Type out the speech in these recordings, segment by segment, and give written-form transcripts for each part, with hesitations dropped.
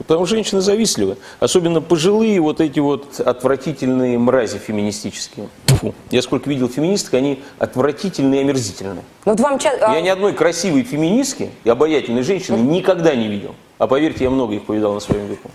Потому что женщины завистливы. Особенно пожилые вот эти вот отвратительные мрази феминистические. Фу. Я сколько видел феминисток, они отвратительные и омерзительные. Вот вам Я ни одной красивой феминистки и обаятельной женщины никогда не видел. А поверьте, я много их повидал на своем веку.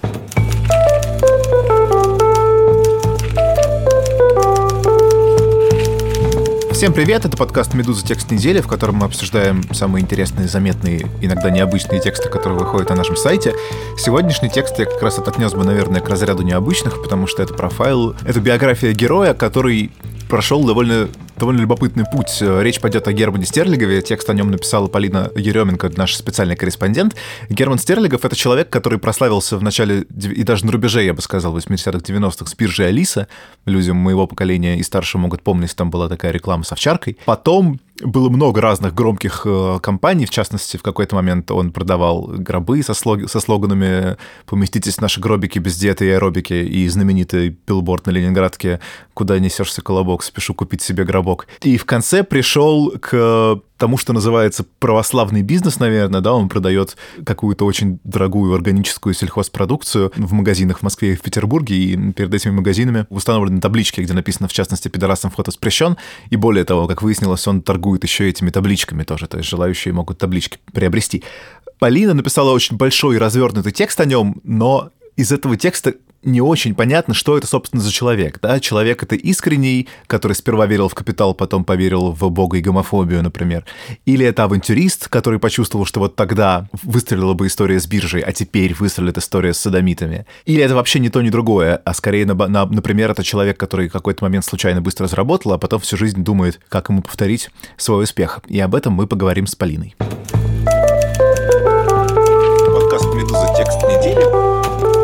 Всем привет, это подкаст «Медуза. Текст недели», в котором мы обсуждаем самые интересные, заметные, иногда необычные тексты, которые выходят на нашем сайте. Сегодняшний текст я как раз отнес бы, наверное, к разряду необычных, потому что это профайл, это биография героя, который прошел довольно любопытный путь. Речь пойдет о Германе Стерлигове. Текст о нем написала Полина Еременко, наш специальный корреспондент. Герман Стерлигов — это человек, который прославился в начале и даже на рубеже, я бы сказал, 80-х, 90-х с биржей Алиса. Люди моего поколения и старше могут помнить, там была такая реклама с овчаркой. Потом было много разных громких компаний, в частности, в какой-то момент он продавал гробы со слоганами «Поместитесь в наши гробики без диеты и аэробики», и знаменитый билборд на Ленинградке «Куда несешься, колобок, спешу купить себе гробок». И в конце пришел к тому, что называется православный бизнес, наверное, да, он продает какую-то очень дорогую органическую сельхозпродукцию в магазинах в Москве и в Петербурге, и перед этими магазинами установлены таблички, где написано, в частности, «Пидорасам вход воспрещен», и более того, как выяснилось, он торгует еще этими табличками тоже, то есть желающие могут таблички приобрести. Полина написала очень большой и развернутый текст о нем, но из этого текста не очень понятно, что это, собственно, за человек. Да? Человек — это искренний, который сперва верил в капитал, потом поверил в Бога и гомофобию, например. Или это авантюрист, который почувствовал, что вот тогда выстрелила бы история с биржей, а теперь выстрелит история с содомитами. Или это вообще ни то, ни другое, а скорее, например, это человек, который в какой-то момент случайно быстро заработал, а потом всю жизнь думает, как ему повторить свой успех. И об этом мы поговорим с Полиной. Подкаст «Медуза. Текст недели».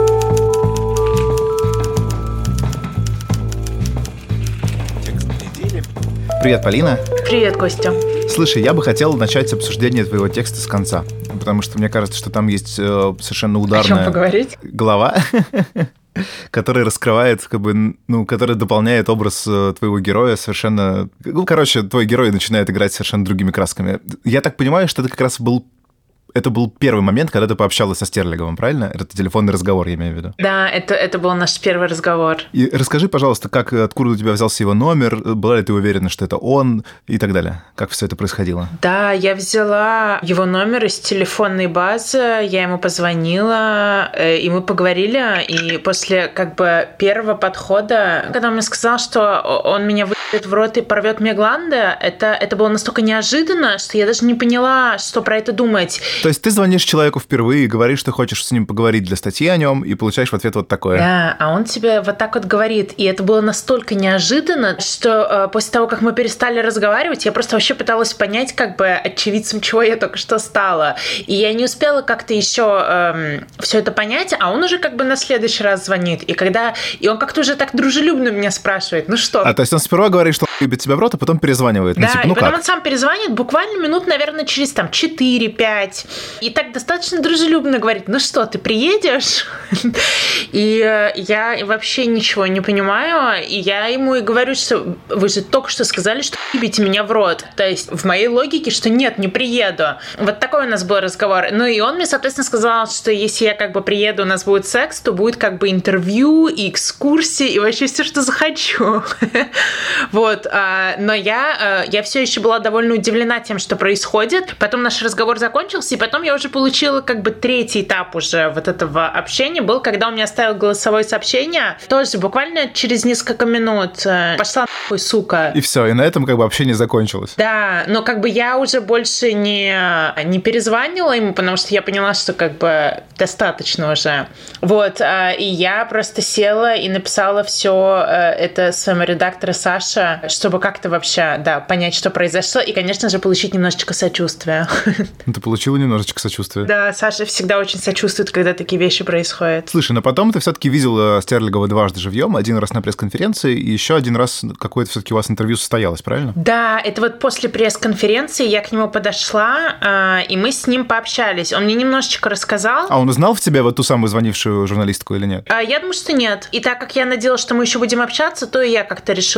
Привет, Полина. Привет, Костя. Слушай, я бы хотел начать обсуждение твоего текста с конца, потому что мне кажется, что там есть совершенно ударная глава, которая раскрывает, которая дополняет образ твоего героя совершенно... твой герой начинает играть совершенно другими красками. Я так понимаю, что это как раз это был первый момент, когда ты пообщалась со Стерлиговым, правильно? Это телефонный разговор, я имею в виду. Да, это был наш первый разговор. И расскажи, пожалуйста, откуда у тебя взялся его номер, была ли ты уверена, что это он и так далее? Как все это происходило? Да, я взяла его номер из телефонной базы, я ему позвонила, и мы поговорили, и после первого подхода, когда он мне сказал, что он меня выйдет в рот и порвет мне гланды, это было настолько неожиданно, что я даже не поняла, что про это думать. То есть ты звонишь человеку впервые и говоришь, что хочешь с ним поговорить для статьи о нем, и получаешь в ответ вот такое. Да, а он тебе вот так вот говорит. И это было настолько неожиданно, что после того, как мы перестали разговаривать, я просто вообще пыталась понять, очевидцем, чего я только что стала. И я не успела как-то еще все это понять, а он уже на следующий раз звонит. И он как-то уже так дружелюбно меня спрашивает, ну что? То есть он сперва говорит, что он ебет тебя в рот, а потом перезванивает. Да, и потом он сам перезвонит буквально минут, наверное, через 4-5. И так достаточно дружелюбно говорит, ну что, ты приедешь? И я вообще ничего не понимаю. И я ему и говорю, что вы же только что сказали, что ебите меня в рот. То есть в моей логике, что нет, не приеду. Вот такой у нас был разговор. Ну и он мне, соответственно, сказал, что если я приеду, у нас будет секс, то будет интервью и экскурсии, и вообще все, что захочу. Вот. Но я все еще была довольно удивлена тем, что происходит. Потом наш разговор закончился, и потом я уже получила третий этап уже вот этого общения был, когда он мне оставил голосовое сообщение, тоже буквально через несколько минут. Пошла нахуй, сука. И все, и на этом общение закончилось. Да, но я уже больше не перезванивала ему, потому что я поняла, что достаточно уже. Вот, и я просто села и написала все это своему редактору Саше, чтобы как-то вообще, понять, что произошло, и, конечно же, получить немножечко сочувствия. Ты получила немножечко сочувствия? Да, Саша всегда очень сочувствует, когда такие вещи происходят. Слушай, но потом ты все-таки видела Стерлигова дважды живьем, один раз на пресс-конференции, и еще один раз какое-то все-таки у вас интервью состоялось, правильно? Да, это вот после пресс-конференции я к нему подошла, и мы с ним пообщались. Он мне немножечко рассказал. А он узнал в тебя вот ту самую звонившую журналистку или нет? Я думаю, что нет. И так как я надеялась, что мы еще будем общаться, то и я как-то решила не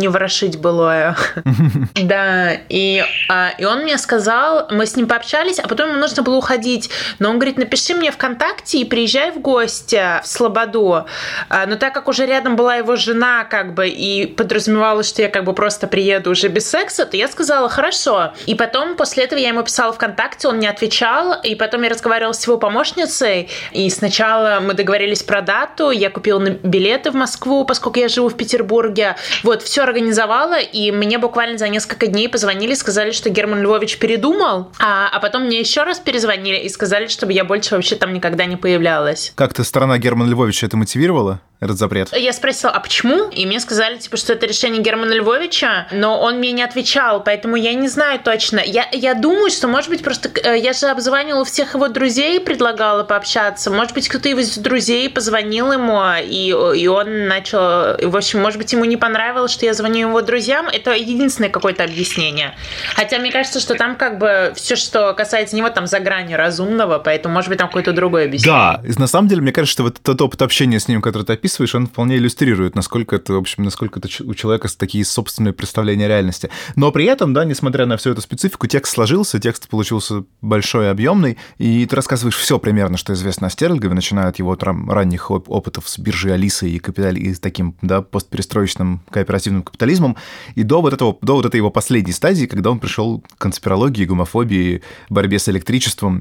не ворошить былое. Да, и он мне сказал, мы с ним пообщались, а потом ему нужно было уходить. Но он говорит, напиши мне ВКонтакте и приезжай в гости в Слободу. Но так как уже рядом была его жена, как бы, и подразумевалось, что я как бы просто приеду уже без секса, то я сказала, хорошо. И потом, после этого я ему писала ВКонтакте, он не отвечал, и потом я разговаривала с его помощницей, и сначала мы договорились про дату, я купила билеты в Москву, поскольку я живу в Петербурге. Вот, все организовала, и мне буквально за несколько дней позвонили, сказали, что Герман Львович передумал, а потом мне еще раз перезвонили и сказали, чтобы я больше вообще там никогда не появлялась. Как-то сторона Германа Львовича это мотивировала? Этот запрет? Я спросила, а почему? И мне сказали, типа, что это решение Германа Львовича, но он мне не отвечал, поэтому я не знаю точно. Я думаю, что, может быть, просто... Я же обзванивала всех его друзей, предлагала пообщаться. Может быть, кто-то из друзей позвонил ему, и он начал... В общем, может быть, ему не понравилось, что я звоню его друзьям. Это единственное какое-то объяснение. Хотя мне кажется, что там как бы все, что касается него, там за гранью разумного, поэтому, может быть, там какое-то другое объяснение. Да, на самом деле, мне кажется, что вот этот опыт общения с ним, который ты описываешь, он вполне иллюстрирует, насколько это у человека такие собственные представления реальности. Но при этом, да, несмотря на всю эту специфику, текст сложился, текст получился большой и объемный, и ты рассказываешь все примерно, что известно о Стерлигове, начиная от его там ранних опытов с биржей Алисы и таким, да, постперестроечным кооперативным капитализмом, и до вот этой его последней стадии, когда он пришел к конспирологии, гомофобии, борьбе с электричеством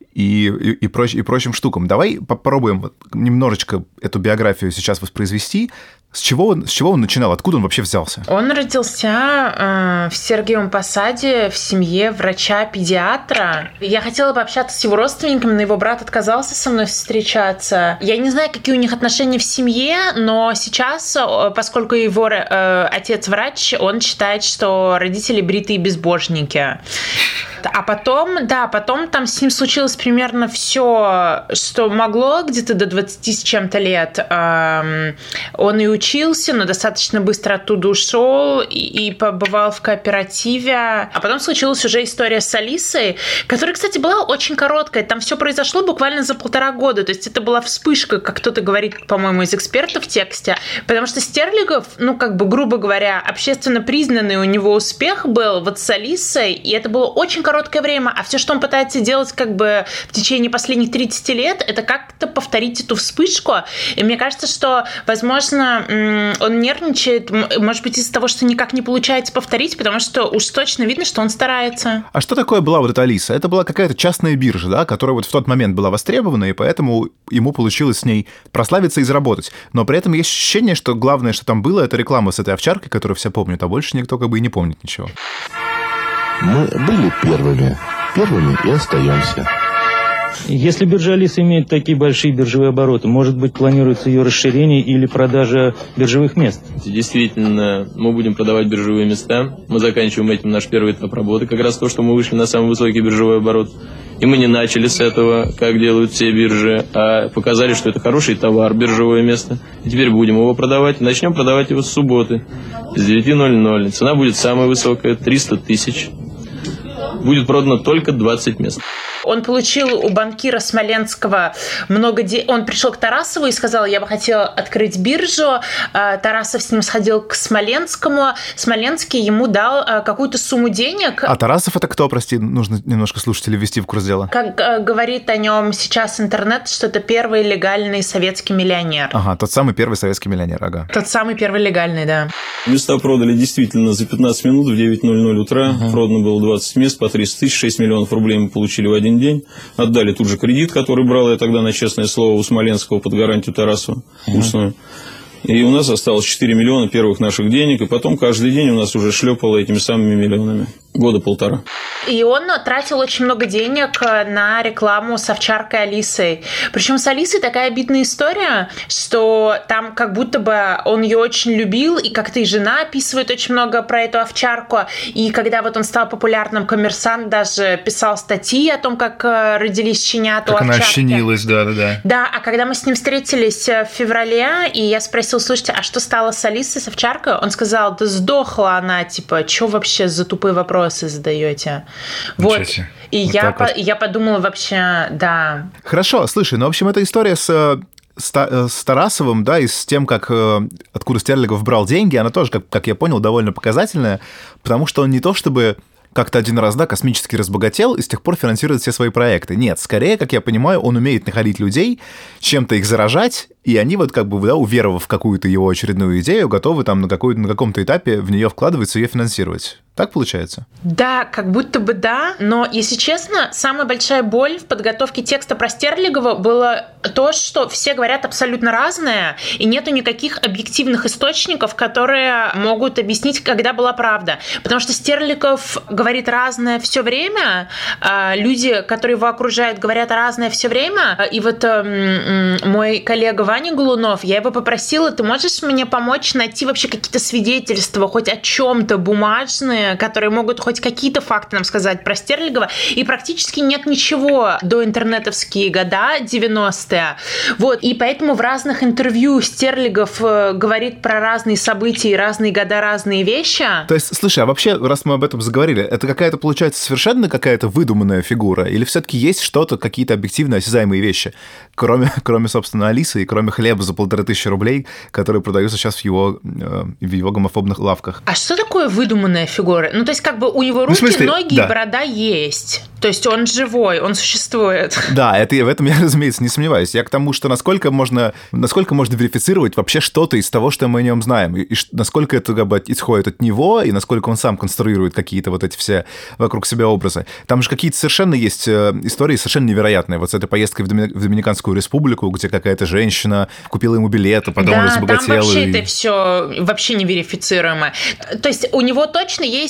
и прочим штукам. Давай попробуем немножечко эту биографию сейчас воспроизвести. С чего он начинал? Откуда он вообще взялся? Он родился в Сергиевом Посаде в семье врача-педиатра. Я хотела пообщаться с его родственниками, но его брат отказался со мной встречаться. Я не знаю, какие у них отношения в семье, но сейчас, поскольку его отец врач, он считает, что родители бритые безбожники. А потом там с ним случилось примерно все, что могло, где-то до 20 с чем-то лет. Он и учился, но достаточно быстро оттуда ушел и побывал в кооперативе. А потом случилась уже история с Алисой, которая, кстати, была очень короткая. Там все произошло буквально за 1,5 года. То есть это была вспышка, как кто-то говорит, по-моему, из экспертов в тексте. Потому что Стерлигов, грубо говоря, общественно признанный у него успех был вот с Алисой, и это было очень короткое время, а все, что он пытается делать как бы в течение последних 30 лет, это как-то повторить эту вспышку. И мне кажется, что, возможно, он нервничает, может быть, из-за того, что никак не получается повторить, потому что уж точно видно, что он старается. А что такое была вот эта Алиса? Это была какая-то частная биржа, да, которая вот в тот момент была востребована, и поэтому ему получилось с ней прославиться и заработать. Но при этом есть ощущение, что главное, что там было, это реклама с этой овчаркой, которую все помнят, а больше никто как бы и не помнит ничего. Мы были первыми и остаемся. Если биржа Алиса имеет такие большие биржевые обороты, может быть, планируется ее расширение или продажа биржевых мест? Действительно, мы будем продавать биржевые места. Мы заканчиваем этим наш первый этап работы. Как раз то, что мы вышли на самый высокий биржевой оборот. И мы не начали с этого, как делают все биржи, а показали, что это хороший товар, биржевое место. И теперь будем его продавать. Начнем продавать его с субботы, с 9:00. Цена будет самая высокая, 300 тысяч. Будет продано только 20 мест. Он получил у банкира Смоленского много денег. Он пришел к Тарасову и сказал, я бы хотел открыть биржу. Тарасов с ним сходил к Смоленскому. Смоленский ему дал какую-то сумму денег. А Тарасов это кто, прости? Нужно немножко слушателей ввести в курс дела. Как говорит о нем сейчас интернет, что это первый легальный советский миллионер. Ага, тот самый первый советский миллионер, ага. Тот самый первый легальный, да. Места продали действительно за 15 минут в 9:00 утра. Продано было 20 мест по 300 тысяч, 6 миллионов рублей мы получили в один день. Отдали тут же кредит, который брал я тогда на честное слово у Смоленского под гарантию Тарасова устную. И у нас осталось 4 миллиона первых наших денег, и потом каждый день у нас уже шлепало этими самыми миллионами. 1,5 года. И он тратил очень много денег на рекламу с овчаркой Алисой. Причем с Алисой такая обидная история, что там как будто бы он ее очень любил, и как-то и жена описывает очень много про эту овчарку. И когда вот он стал популярным, «Коммерсант» даже писал статьи о том, как родились щенята у овчарки. Как она щенилась, да. Да, а когда мы с ним встретились в феврале, и я спросила, слушайте, а что стало с Алисой, с овчаркой? Он сказал, да сдохла она, типа, что вообще за тупые вопросы задаете? Вот. И вот я подумала вообще, да. Хорошо, слушай, ну, в общем, эта история с с Тарасовым, да, и с тем, как откуда Стерлигов брал деньги, она тоже, как я понял, довольно показательная, потому что он не то чтобы как-то один раз, да, космически разбогател и с тех пор финансирует все свои проекты. Нет, скорее, как я понимаю, он умеет находить людей, чем-то их заражать, и они вот как бы, да, уверовав в какую-то его очередную идею, готовы там на каком-то этапе в нее вкладываться и ее финансировать. Так получается? Да, как будто бы да, но, если честно, самая большая боль в подготовке текста про Стерлигова было то, что все говорят абсолютно разное, и нету никаких объективных источников, которые могут объяснить, когда была правда. Потому что Стерлигов говорит разное все время, люди, которые его окружают, говорят разное все время, и вот мой коллега Ваня Голунов, я его попросила, ты можешь мне помочь найти вообще какие-то свидетельства, хоть о чем-то бумажные, которые могут хоть какие-то факты нам сказать про Стерлигова, и практически нет ничего до интернетовские года, 90-е. Вот, и поэтому в разных интервью Стерлигов говорит про разные события и разные года, разные вещи. То есть, слушай, а вообще, раз мы об этом заговорили, это какая-то, получается, совершенно какая-то выдуманная фигура, или все-таки есть что-то, какие-то объективно осязаемые вещи, кроме, собственно, Алисы и кроме хлеба за 1500 рублей, которые продаются сейчас в его гомофобных лавках? А что такое выдуманная фигура? Ну, то есть, как бы у него руки, ноги и борода есть. То есть, он живой, он существует. Да, в этом я, разумеется, не сомневаюсь. Я к тому, что насколько можно верифицировать вообще что-то из того, что мы о нем знаем, и насколько это как бы исходит от него, и насколько он сам конструирует какие-то вот эти все вокруг себя образы. Там же какие-то совершенно есть истории совершенно невероятные. Вот с этой поездкой в Доминиканскую республику, где какая-то женщина купила ему билет, а потом он разбогател. Да, там вообще это все вообще неверифицируемо. То есть, у него точно есть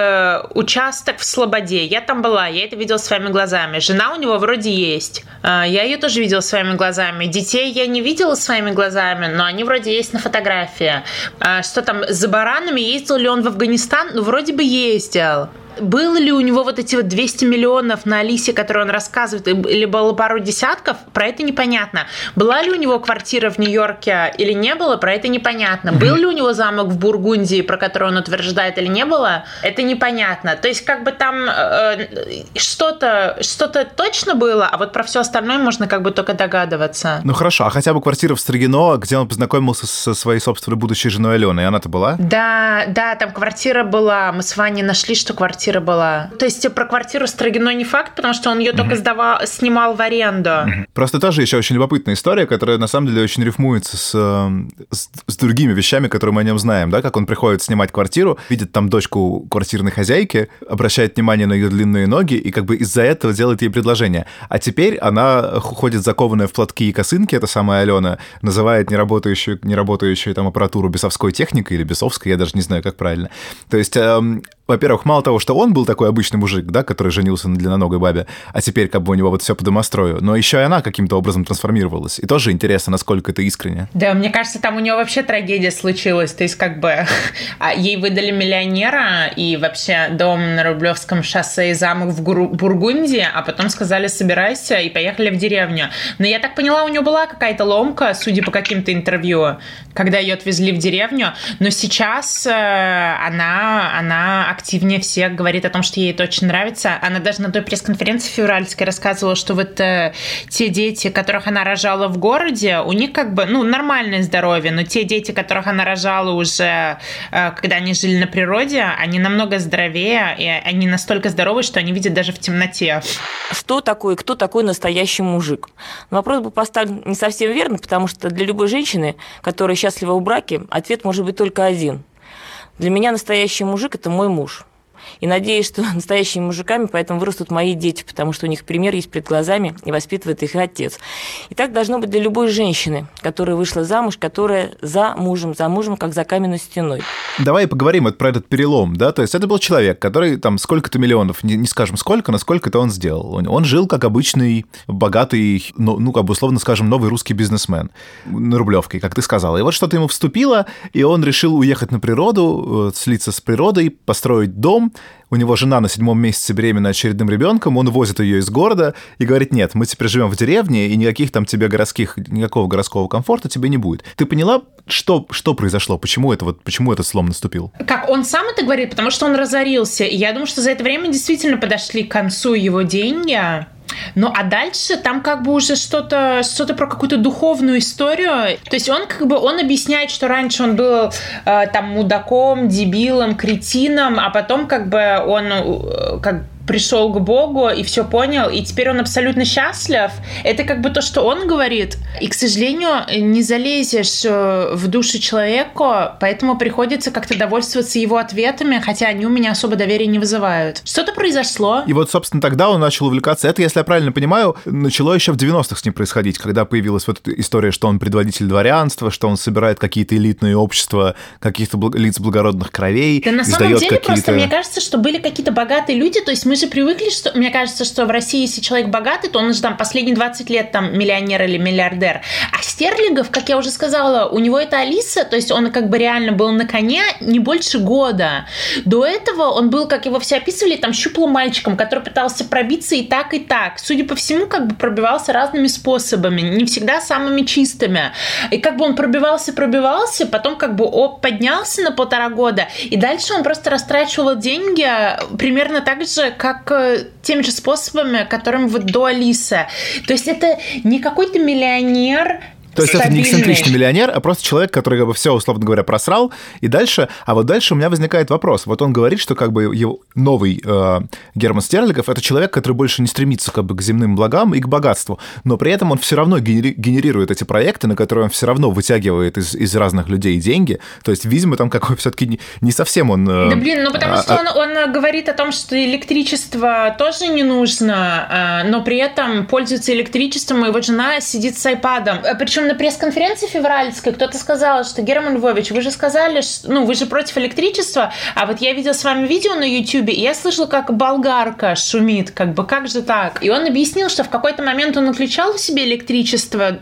участок в Слободе. Я там была, я это видела своими глазами. Жена у него вроде есть. Я ее тоже видела своими глазами. Детей я не видела своими глазами, но они вроде есть на фотографии. Что там, за баранами, ездил ли он в Афганистан? Ну, вроде бы ездил. Было ли у него вот эти вот 200 миллионов на Алисе, которые он рассказывает, или было пару десятков, про это непонятно. Была ли у него квартира в Нью-Йорке или не было, про это непонятно. Был ли у него замок в Бургундии, про который он утверждает, или не было, это непонятно. То есть как бы там что-то точно было, а вот про все остальное можно как бы только догадываться. Ну хорошо, а хотя бы квартира в Строгино, где он познакомился со своей собственной будущей женой Аленой, она-то была? Да, там квартира была. Мы с Ваней нашли, что квартира была. То есть про квартиру Строгино не факт, потому что он ее только снимал в аренду. Просто тоже еще очень любопытная история, которая на самом деле очень рифмуется с другими вещами, которые мы о нем знаем, да, как он приходит снимать квартиру, видит там дочку квартирной хозяйки, обращает внимание на ее длинные ноги и как бы из-за этого делает ей предложение. А теперь она ходит закованная в платки и косынки, эта самая Алена, называет неработающую там аппаратуру бесовской техникой или бесовской, я даже не знаю, как правильно. То есть, во-первых, мало того, что он был такой обычный мужик, да, который женился на длинноногой бабе, а теперь как бы у него вот все по домострою, но еще и она каким-то образом трансформировалась. И тоже интересно, насколько это искренне. Да, мне кажется, там у него вообще трагедия случилась. То есть как бы ей выдали миллионера и вообще дом на Рублевском шоссе и замок в Бургундии, а потом сказали собирайся и поехали в деревню. Но я так поняла, у нее была какая-то ломка, судя по каким-то интервью, когда ее отвезли в деревню. Но сейчас она активнее всех говорит о том, что ей это очень нравится. Она даже на той пресс-конференции февральской рассказывала, что вот те дети, которых она рожала в городе, у них как бы, нормальное здоровье, но те дети, которых она рожала уже, когда они жили на природе, они намного здоровее, и они настолько здоровы, что они видят даже в темноте. Что такое, кто такой настоящий мужик? Вопрос был поставлен не совсем верно, потому что для любой женщины, которая счастлива в браке, ответ может быть только один. Для меня настоящий мужик – это мой муж. И надеюсь, что настоящими мужиками поэтому вырастут мои дети, потому что у них пример есть перед глазами, и воспитывает их отец. И так должно быть для любой женщины, которая вышла замуж, которая за мужем, как за каменной стеной. Давай поговорим про этот перелом, да, то есть это был человек, который там сколько-то миллионов, не скажем сколько, но сколько-то он сделал. Он жил как обычный, богатый, как бы условно скажем, новый русский бизнесмен на Рублевке, как ты сказала. И вот что-то ему вступило, и он решил уехать на природу, слиться с природой, построить дом. У него жена на 7-м месяце беременна очередным ребенком, он возит ее из города и говорит: нет, мы теперь живем в деревне, и никакого городского комфорта тебе не будет. Ты поняла, что произошло? Почему этот слом наступил? Как он сам это говорит? Потому что он разорился. И я думаю, что за это время действительно подошли к концу его деньги. Ну, а дальше там как бы уже что-то про какую-то духовную историю. То есть он как бы он объясняет, что раньше он был там мудаком, дебилом, кретином, а потом как бы он как пришел к Богу и все понял, и теперь он абсолютно счастлив. Это как бы то, что он говорит. И, к сожалению, не залезешь в душу человеку, поэтому приходится как-то довольствоваться его ответами, хотя они у меня особо доверия не вызывают. Что-то произошло. И вот, собственно, тогда он начал увлекаться. Это, если я правильно понимаю, начало еще в 90-х с ним происходить, когда появилась вот эта история, что он предводитель дворянства, что он собирает какие-то элитные общества, каких-то лиц благородных кровей. Да на самом деле просто мне кажется, что были какие-то богатые люди, то есть мы же привыкли, что, мне кажется, что в России, если человек богатый, то он же там последние 20 лет там миллионер или миллиардер. А Стерлигов, как я уже сказала, у него это Алиса, то есть он как бы реально был на коне не больше года. До этого он был, как его все описывали, там щуплым мальчиком, который пытался пробиться и так, и так. Судя по всему, как бы пробивался разными способами, не всегда самыми чистыми. И как бы он пробивался, потом как бы поднялся на 1,5 года, и дальше он просто растрачивал деньги примерно так же, как теми же способами, которым вот до Алисы. То есть это не какой-то миллионер. То есть это не эксцентричный миллионер, а просто человек, который как бы все, условно говоря, просрал. И дальше, а вот дальше у меня возникает вопрос. Вот он говорит, что как бы его новый Герман Стерлигов — это человек, который больше не стремится как бы к земным благам и к богатству, но при этом он все равно генерирует эти проекты, на которые он все равно вытягивает из разных людей деньги. То есть, видимо, там какой все-таки не совсем он... Да блин, ну потому что он говорит о том, что электричество тоже не нужно, но при этом пользуется электричеством, и его жена сидит с айпадом. Причем на пресс-конференции февральской кто-то сказал, что Герман Львович, вы же сказали, что, вы же против электричества, а вот я видел с вами видео на Ютубе, и я слышала, как болгарка шумит, как бы, как же так? И он объяснил, что в какой-то момент он отключал в себе электричество,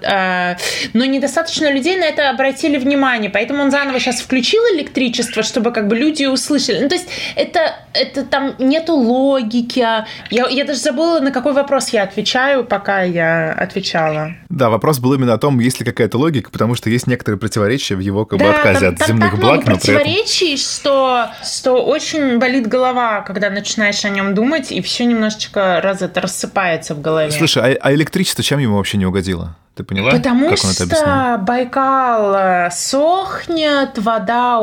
но недостаточно людей на это обратили внимание, поэтому он заново сейчас включил электричество, чтобы как бы люди услышали. Ну, то есть это там нету логики. Я даже забыла, на какой вопрос я отвечаю, пока я отвечала. Да, вопрос был именно о том, есть ли какая-то логика, потому что есть некоторые противоречия в его как бы отказе от земных благ. Так много противоречий, что очень болит голова, когда начинаешь о нем думать, и все немножечко рассыпается в голове. Слушай, а электричество чем ему вообще не угодило? Ты поняла, потому как он это объяснил? Потому что Байкал сохнет, вода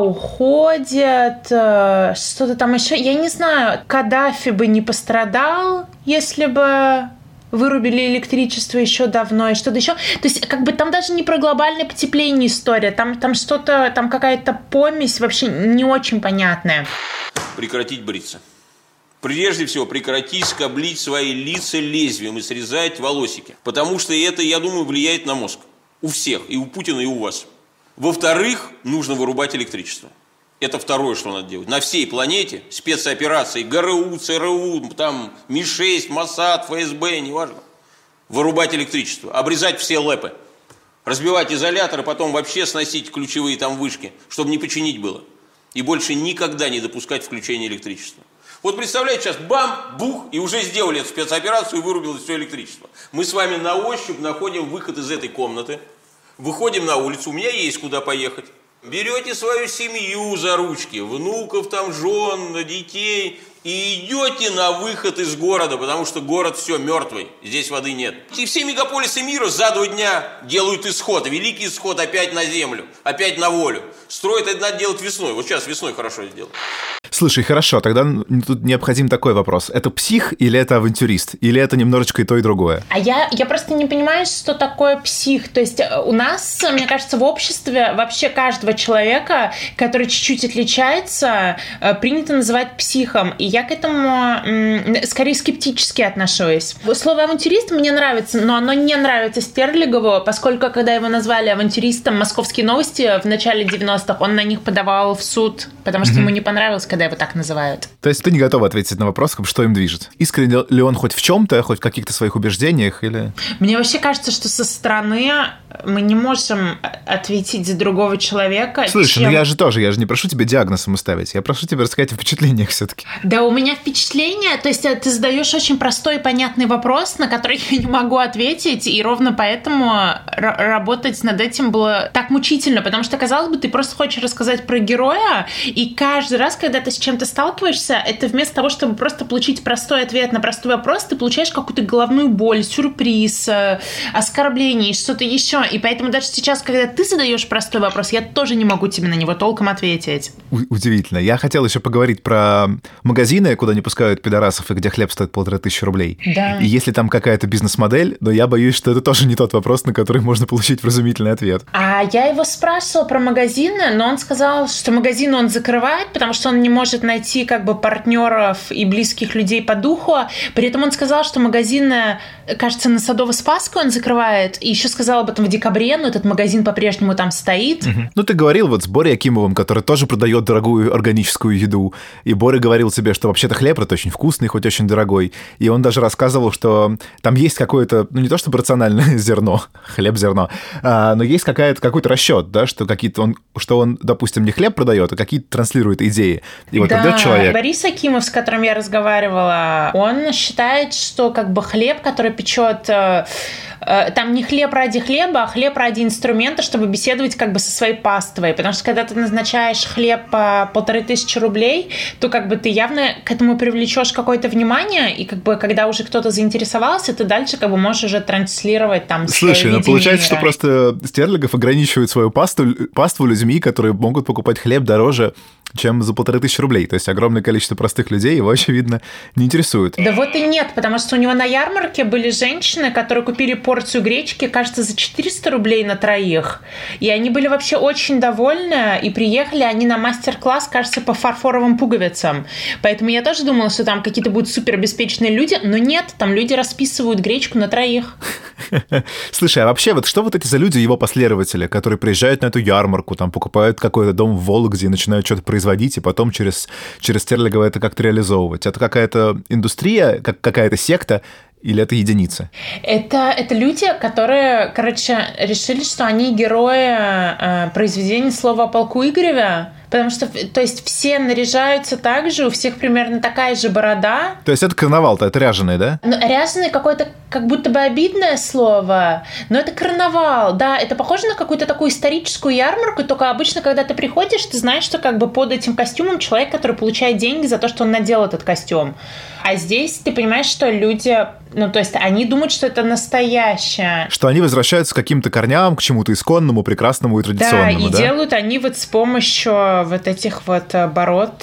уходит, что-то там еще. Я не знаю, Каддафи бы не пострадал, если бы вырубили электричество еще давно и что-то еще. То есть как бы там даже не про глобальное потепление история, там что-то, там какая-то помесь вообще не очень понятная. Прекратить бриться. Прежде всего, прекратить скоблить свои лица лезвием и срезать волосики. Потому что это, я думаю, влияет на мозг. У всех, и у Путина, и у вас. Во-вторых, нужно вырубать электричество. Это второе, что надо делать. На всей планете спецоперации ГРУ, ЦРУ, там Ми-6, Моссад, ФСБ, неважно. Вырубать электричество, обрезать все ЛЭПы, разбивать изоляторы, потом вообще сносить ключевые там вышки, чтобы не починить было. И больше никогда не допускать включения электричества. Вот представляете, сейчас бам, бух, и уже сделали эту спецоперацию, и вырубилось все электричество. Мы с вами на ощупь находим выход из этой комнаты, выходим на улицу, у меня есть куда поехать. Берете свою семью за ручки, внуков, там, жен, детей, и идете на выход из города, потому что город все мертвый, здесь воды нет. И все мегаполисы мира за 2 дня делают исход, великий исход опять на землю, опять на волю. Строить это надо делать весной, вот сейчас весной хорошо сделать. Слушай, хорошо, тогда тут необходим такой вопрос. Это псих или это авантюрист? Или это немножечко и то, и другое? А я просто не понимаю, что такое псих. То есть у нас, мне кажется, в обществе вообще каждого человека, который чуть-чуть отличается, принято называть психом. И я к этому скорее скептически отношусь. Слово «авантюрист» мне нравится, но оно не нравится Стерлигову, поскольку, когда его назвали авантюристом «Московские новости» в начале 90-х, он на них подавал в суд, потому что ему не понравилось, когда его так называют. То есть ты не готова ответить на вопрос, что им движет? Искренне ли он хоть в чем-то, хоть в каких-то своих убеждениях? Или... Мне вообще кажется, что со стороны мы не можем ответить за другого человека. Слушай, ну я же не прошу тебя диагноз ему ставить, я прошу тебя рассказать о впечатлениях все-таки. Да, у меня впечатление, то есть ты задаешь очень простой и понятный вопрос, на который я не могу ответить, и ровно поэтому работать над этим было так мучительно, потому что, казалось бы, ты просто хочешь рассказать про героя, и каждый раз, когда ты с чем ты сталкиваешься, это вместо того, чтобы просто получить простой ответ на простой вопрос, ты получаешь какую-то головную боль, сюрприз, оскорбление, что-то еще. И поэтому даже сейчас, когда ты задаешь простой вопрос, я тоже не могу тебе на него толком ответить. Удивительно. Я хотел еще поговорить про магазины, куда не пускают пидорасов и где хлеб стоит 1500 рублей. Да. И если там какая-то бизнес-модель, но я боюсь, что это тоже не тот вопрос, на который можно получить вразумительный ответ. А я его спрашивала про магазины, но он сказал, что магазин он закрывает, потому что он не может найти как бы партнеров и близких людей по духу. При этом он сказал, что магазины, кажется, на Садово-Спасской он закрывает. И еще сказал об этом в декабре, но этот магазин по-прежнему там стоит. Ну, ты говорил вот с Борей Акимовым, который тоже продает дорогую органическую еду. И Боря говорил тебе, что вообще-то хлеб это очень вкусный, хоть очень дорогой. И он даже рассказывал, что там есть какое-то, ну, не то чтобы рациональное зерно, хлеб-зерно, но есть какой-то расчет, да, что он, допустим, не хлеб продает, а какие-то транслирует идеи. И вот тогда человек... Борис Акимов, с которым я разговаривала, он считает, что как бы хлеб, который печет... Там не хлеб ради хлеба, а хлеб ради инструмента, чтобы беседовать как бы со своей паствой. Потому что когда ты назначаешь хлеб по 1500 рублей, то как бы ты явно к этому привлечешь какое-то внимание, и как бы когда уже кто-то заинтересовался, ты дальше как бы можешь уже транслировать там свое видение. Слушай, ну получается, что просто Стерлигов ограничивает свою паству людьми, которые могут покупать хлеб дороже, чем за 1500 рублей. То есть огромное количество простых людей его, очевидно, не интересует. Да вот и нет, потому что у него на ярмарке были женщины, которые купили порцию гречки, кажется, за 400 рублей на троих. И они были вообще очень довольны, и приехали они на мастер-класс, кажется, по фарфоровым пуговицам. Поэтому я тоже думала, что там какие-то будут суперобеспеченные люди, но нет, там люди расписывают гречку на троих. Слушай, а вообще, вот что вот эти за люди, его последователи, которые приезжают на эту ярмарку, там покупают какой-то дом в Вологде и начинают что-то производить, и потом через Стерлигова это как-то реализовывать? Это какая-то индустрия, какая-то секта, или это единицы? Это люди, которые, решили, что они герои произведения «Слово о полку Игореве». Потому что, то есть, все наряжаются так же, у всех примерно такая же борода. То есть это карнавал-то, это ряженый, да? Ну, ряженый какое-то как будто бы обидное слово, но это карнавал, да, это похоже на какую-то такую историческую ярмарку, только обычно, когда ты приходишь, ты знаешь, что как бы под этим костюмом человек, который получает деньги за то, что он надел этот костюм. А здесь ты понимаешь, что люди, ну, то есть они думают, что это настоящее. Что они возвращаются к каким-то корням, к чему-то исконному, прекрасному и традиционному, да? И делают они вот с помощью вот этих вот бород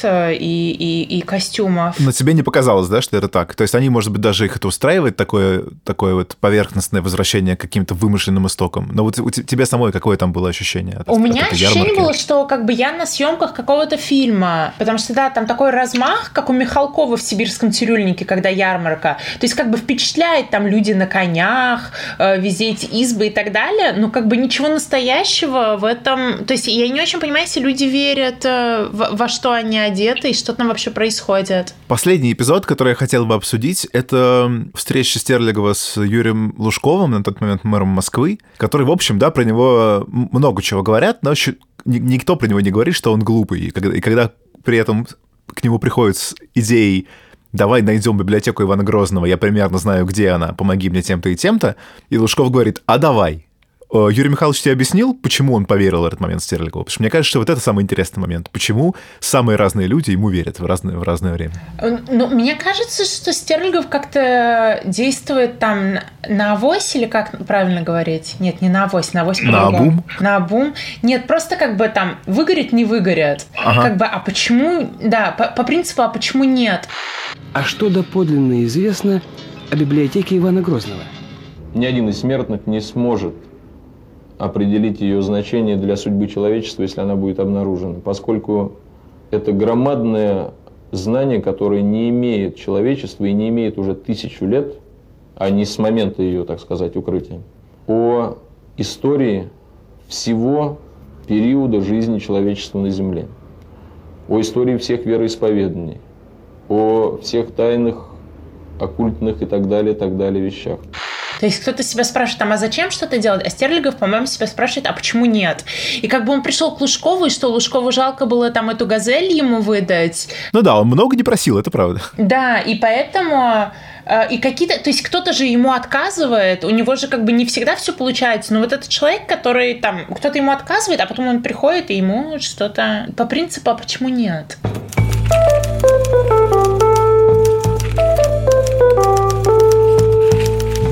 и костюмов. Но тебе не показалось, да, что это так? То есть они, может быть, даже их это устраивает, такое вот поверхностное возвращение к каким-то вымышленным истокам. Но вот у тебя самой какое там было ощущение? У меня ощущение было, что как бы я на съемках какого-то фильма, потому что, да, там такой размах, как у Михалкова в «Сибирском цирюльнике», когда ярмарка. То есть как бы впечатляет там люди на конях, везде эти избы и так далее, но как бы ничего настоящего в этом... То есть я не очень понимаю, если люди верят, во что они одеты и что там вообще происходит. Последний эпизод, который я хотел бы обсудить, это встреча Стерлигова с Юрием Лужковым, на тот момент мэром Москвы, который, в общем, да, про него много чего говорят, но никто про него не говорит, что он глупый. И когда при этом к нему приходят с идеей «давай найдем библиотеку Ивана Грозного, я примерно знаю, где она, помоги мне тем-то и тем-то», и Лужков говорит «а давай». Юрий Михайлович тебе объяснил, почему он поверил в этот момент Стерлигову? Потому что мне кажется, что вот это самый интересный момент. Почему самые разные люди ему верят в разное время? Ну, мне кажется, что Стерлигов как-то действует там на авось, или как правильно говорить? Нет, не на авось, на авось по-другому. На обум? На обум. Нет, просто как бы там выгорит, не выгорят. Ага. Как бы, а почему... Да, по принципу, а почему нет? А что доподлинно известно о библиотеке Ивана Грозного? Ни один из смертных не сможет определить ее значение для судьбы человечества, если она будет обнаружена, поскольку это громадное знание, которое не имеет человечество и не имеет уже 1000 лет, а не с момента ее, так сказать, укрытия, о истории всего периода жизни человечества на Земле, о истории всех вероисповеданий, о всех тайных, оккультных и так далее вещах. То есть кто-то себя спрашивает, а зачем что-то делать? А Стерлигов, по-моему, себя спрашивает, а почему нет? И как бы он пришел к Лужкову, и что, Лужкову жалко было там эту «Газель» ему выдать? Ну да, он много не просил, это правда. Да, и поэтому... И какие-то... То есть кто-то же ему отказывает, у него же как бы не всегда все получается, но вот этот человек, который там... Кто-то ему отказывает, а потом он приходит, и ему что-то... По принципу, а почему нет?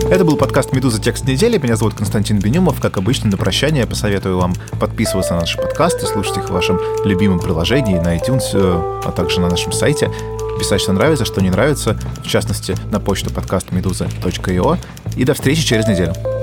Это был подкаст «Медуза. Текст недели». Меня зовут Константин Бенюмов. Как обычно, на прощание посоветую вам подписываться на наши подкасты, слушать их в вашем любимом приложении, на iTunes, а также на нашем сайте. Писать, что нравится, что не нравится, в частности, на почту подкаст meduza.io. И до встречи через неделю.